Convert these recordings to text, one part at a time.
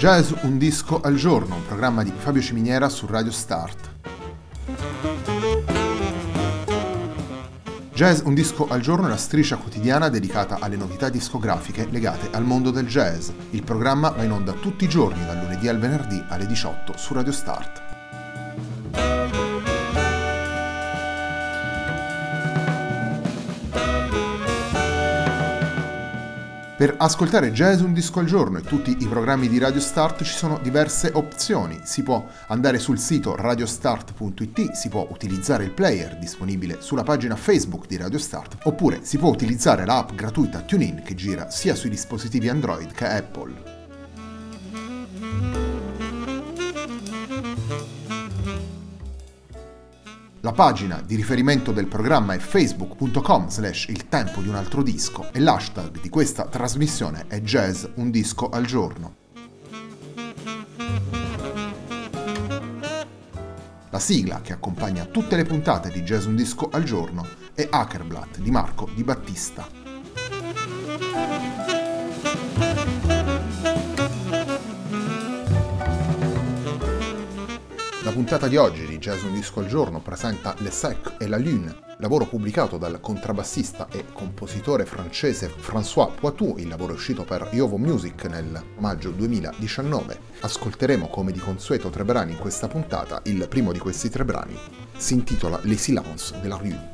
Jazz un disco al giorno, un programma di Fabio Ciminiera su Radio Start. Jazz un disco al giorno è la striscia quotidiana dedicata alle novità discografiche legate al mondo del jazz. Il programma va in onda tutti i giorni, dal lunedì al venerdì alle 18 su Radio Start. Per ascoltare Jazz un disco al giorno e tutti i programmi di Radio Start ci sono diverse opzioni. Si può andare sul sito radiostart.it, si può utilizzare il player disponibile sulla pagina Facebook di Radio Start, oppure si può utilizzare l'app gratuita TuneIn che gira sia sui dispositivi Android che Apple. La pagina di riferimento del programma è facebook.com/il tempo di un altro disco e l'hashtag di questa trasmissione è Jazz un disco al giorno. La sigla che accompagna tutte le puntate di Jazz un disco al giorno è Hackerblatt di Marco Di Battista. La puntata di oggi di Jazz un disco al giorno presenta Le Sec et la Lune, lavoro pubblicato dal contrabbassista e compositore francese François Poitou. Il lavoro è uscito per Yovo Music nel maggio 2019. Ascolteremo come di consueto 3 brani in questa puntata. Il primo di questi 3 brani si intitola Les Silences de la Rue.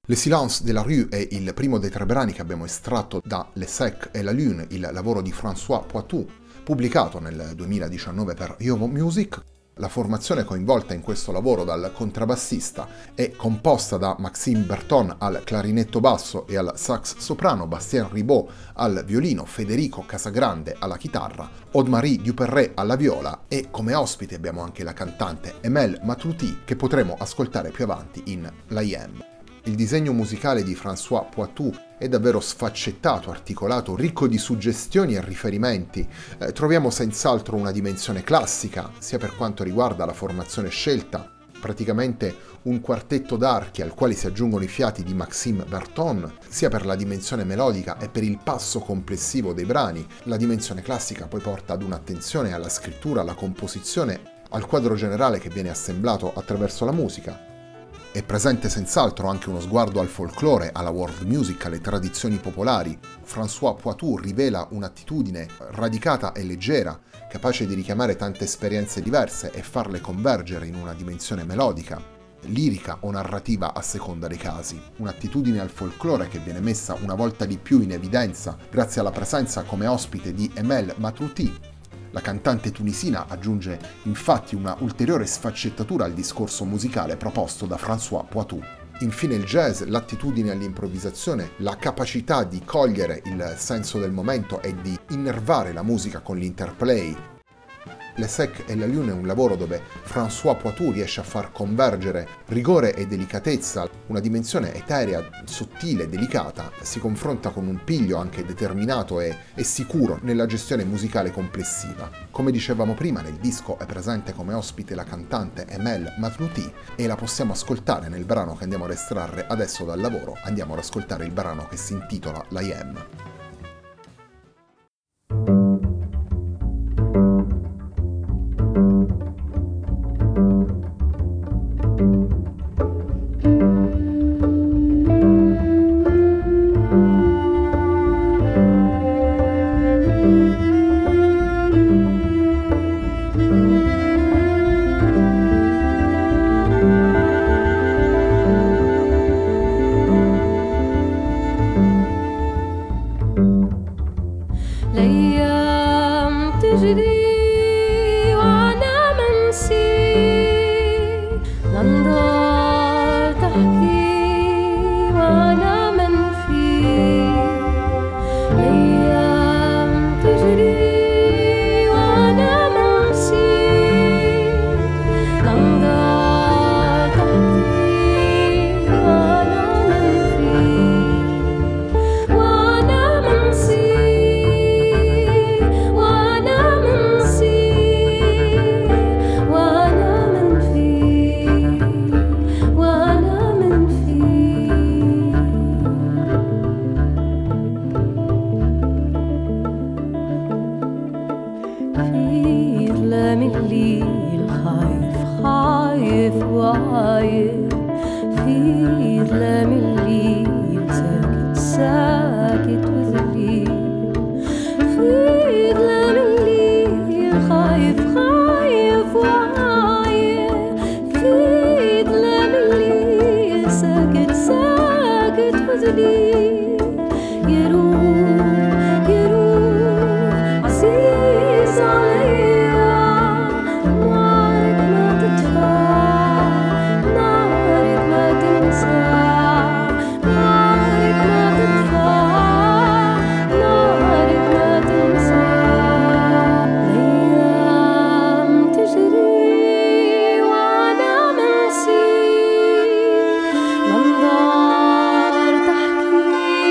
Le Silence de la Rue è il primo dei 3 brani che abbiamo estratto da Le Sec et la Lune, il lavoro di François Poitou, pubblicato nel 2019 per Yovo Music. La formazione coinvolta in questo lavoro dal contrabbassista è composta da Maxime Berton al clarinetto basso e al sax soprano, Bastien Ribot al violino, Federico Casagrande alla chitarra, Aude-Marie Duperret alla viola e come ospite abbiamo anche la cantante Emelle Matlouty che potremo ascoltare più avanti in L'I.M. Il disegno musicale di François Poitou è davvero sfaccettato, articolato, ricco di suggestioni e riferimenti. Troviamo senz'altro una dimensione classica, sia per quanto riguarda la formazione scelta, praticamente un quartetto d'archi al quale si aggiungono i fiati di Maxime Berton, sia per la dimensione melodica e per il passo complessivo dei brani. La dimensione classica poi porta ad un'attenzione alla scrittura, alla composizione, al quadro generale che viene assemblato attraverso la musica. È presente senz'altro anche uno sguardo al folklore, alla world music, alle tradizioni popolari. François Poitou rivela un'attitudine radicata e leggera, capace di richiamare tante esperienze diverse e farle convergere in una dimensione melodica, lirica o narrativa a seconda dei casi. Un'attitudine al folklore che viene messa una volta di più in evidenza grazie alla presenza come ospite di Emelle Matlouty. La cantante tunisina aggiunge infatti una ulteriore sfaccettatura al discorso musicale proposto da François Poitou. Infine il jazz, l'attitudine all'improvvisazione, la capacità di cogliere il senso del momento e di innervare la musica con l'interplay. Le Sec et la Lune è un lavoro dove François Poitou riesce a far convergere rigore e delicatezza, una dimensione eterea, sottile, delicata, si confronta con un piglio anche determinato e sicuro nella gestione musicale complessiva. Come dicevamo prima, nel disco è presente come ospite la cantante Emelle Matlouty e la possiamo ascoltare nel brano che andiamo ad estrarre adesso dal lavoro. Andiamo ad ascoltare il brano che si intitola L'I.M. الأنظار تحكي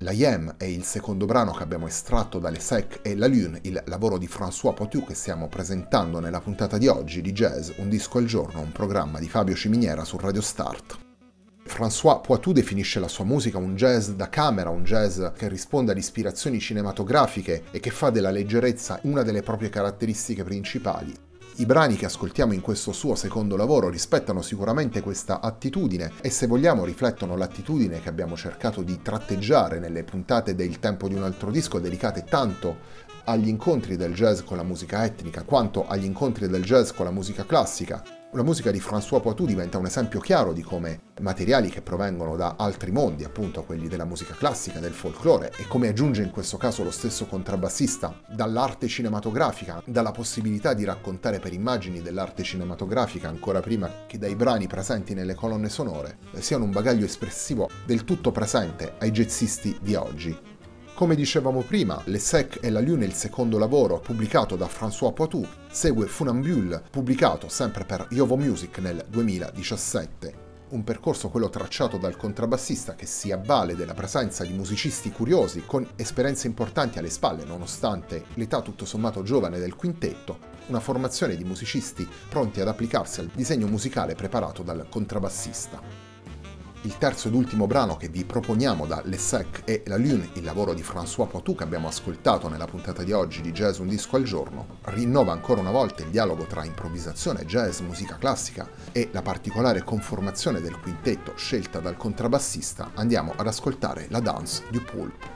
La Yem è il secondo brano che abbiamo estratto dalle Sec e la Lune, il lavoro di François Poitou che stiamo presentando nella puntata di oggi di Jazz, un disco al giorno, un programma di Fabio Ciminiera su Radio Start. François Poitou definisce la sua musica un jazz da camera, un jazz che risponde ad ispirazioni cinematografiche e che fa della leggerezza una delle proprie caratteristiche principali. I brani che ascoltiamo in questo suo secondo lavoro rispettano sicuramente questa attitudine e, se vogliamo, riflettono l'attitudine che abbiamo cercato di tratteggiare nelle puntate del Tempo di un altro disco, dedicate tanto agli incontri del jazz con la musica etnica quanto agli incontri del jazz con la musica classica. La musica di François Poitou diventa un esempio chiaro di come materiali che provengono da altri mondi, appunto quelli della musica classica, del folklore, e come aggiunge in questo caso lo stesso contrabbassista, dall'arte cinematografica, dalla possibilità di raccontare per immagini dell'arte cinematografica ancora prima che dai brani presenti nelle colonne sonore, siano un bagaglio espressivo del tutto presente ai jazzisti di oggi. Come dicevamo prima, Le Sec e la Lune è il secondo lavoro pubblicato da François Poitou, segue Funambule, pubblicato sempre per Yovo Music nel 2017. Un percorso quello tracciato dal contrabbassista che si avvale della presenza di musicisti curiosi con esperienze importanti alle spalle, nonostante l'età tutto sommato giovane del quintetto, una formazione di musicisti pronti ad applicarsi al disegno musicale preparato dal contrabbassista. Il terzo ed ultimo brano che vi proponiamo da Le Sec e la Lune, il lavoro di François Poitou che abbiamo ascoltato nella puntata di oggi di Jazz un disco al giorno, rinnova ancora una volta il dialogo tra improvvisazione, jazz, musica classica e la particolare conformazione del quintetto scelta dal contrabbassista. Andiamo ad ascoltare la Danse du Poulpe.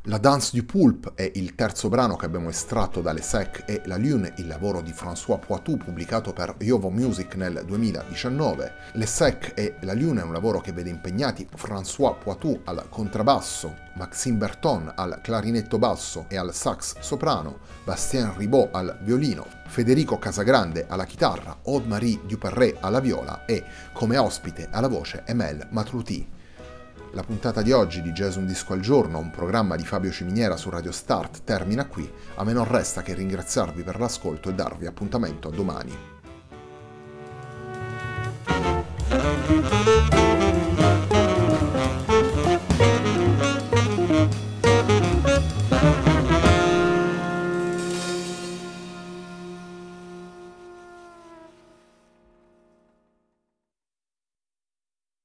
La Danse du Poulpe è il terzo brano che abbiamo estratto da Les Sec et la Lune, il lavoro di François Poitou pubblicato per Yovo Music nel 2019. Les Sec et la Lune è un lavoro che vede impegnati François Poitou al contrabbasso, Maxime Berton al clarinetto basso e al sax soprano, Bastien Ribot al violino, Federico Casagrande alla chitarra, Aude-Marie Duperré alla viola e, come ospite alla voce, Emel Matlouty. La puntata di oggi di Jazz Un Disco al Giorno, un programma di Fabio Ciminiera su Radio Start, termina qui. A me non resta che ringraziarvi per l'ascolto e darvi appuntamento a domani.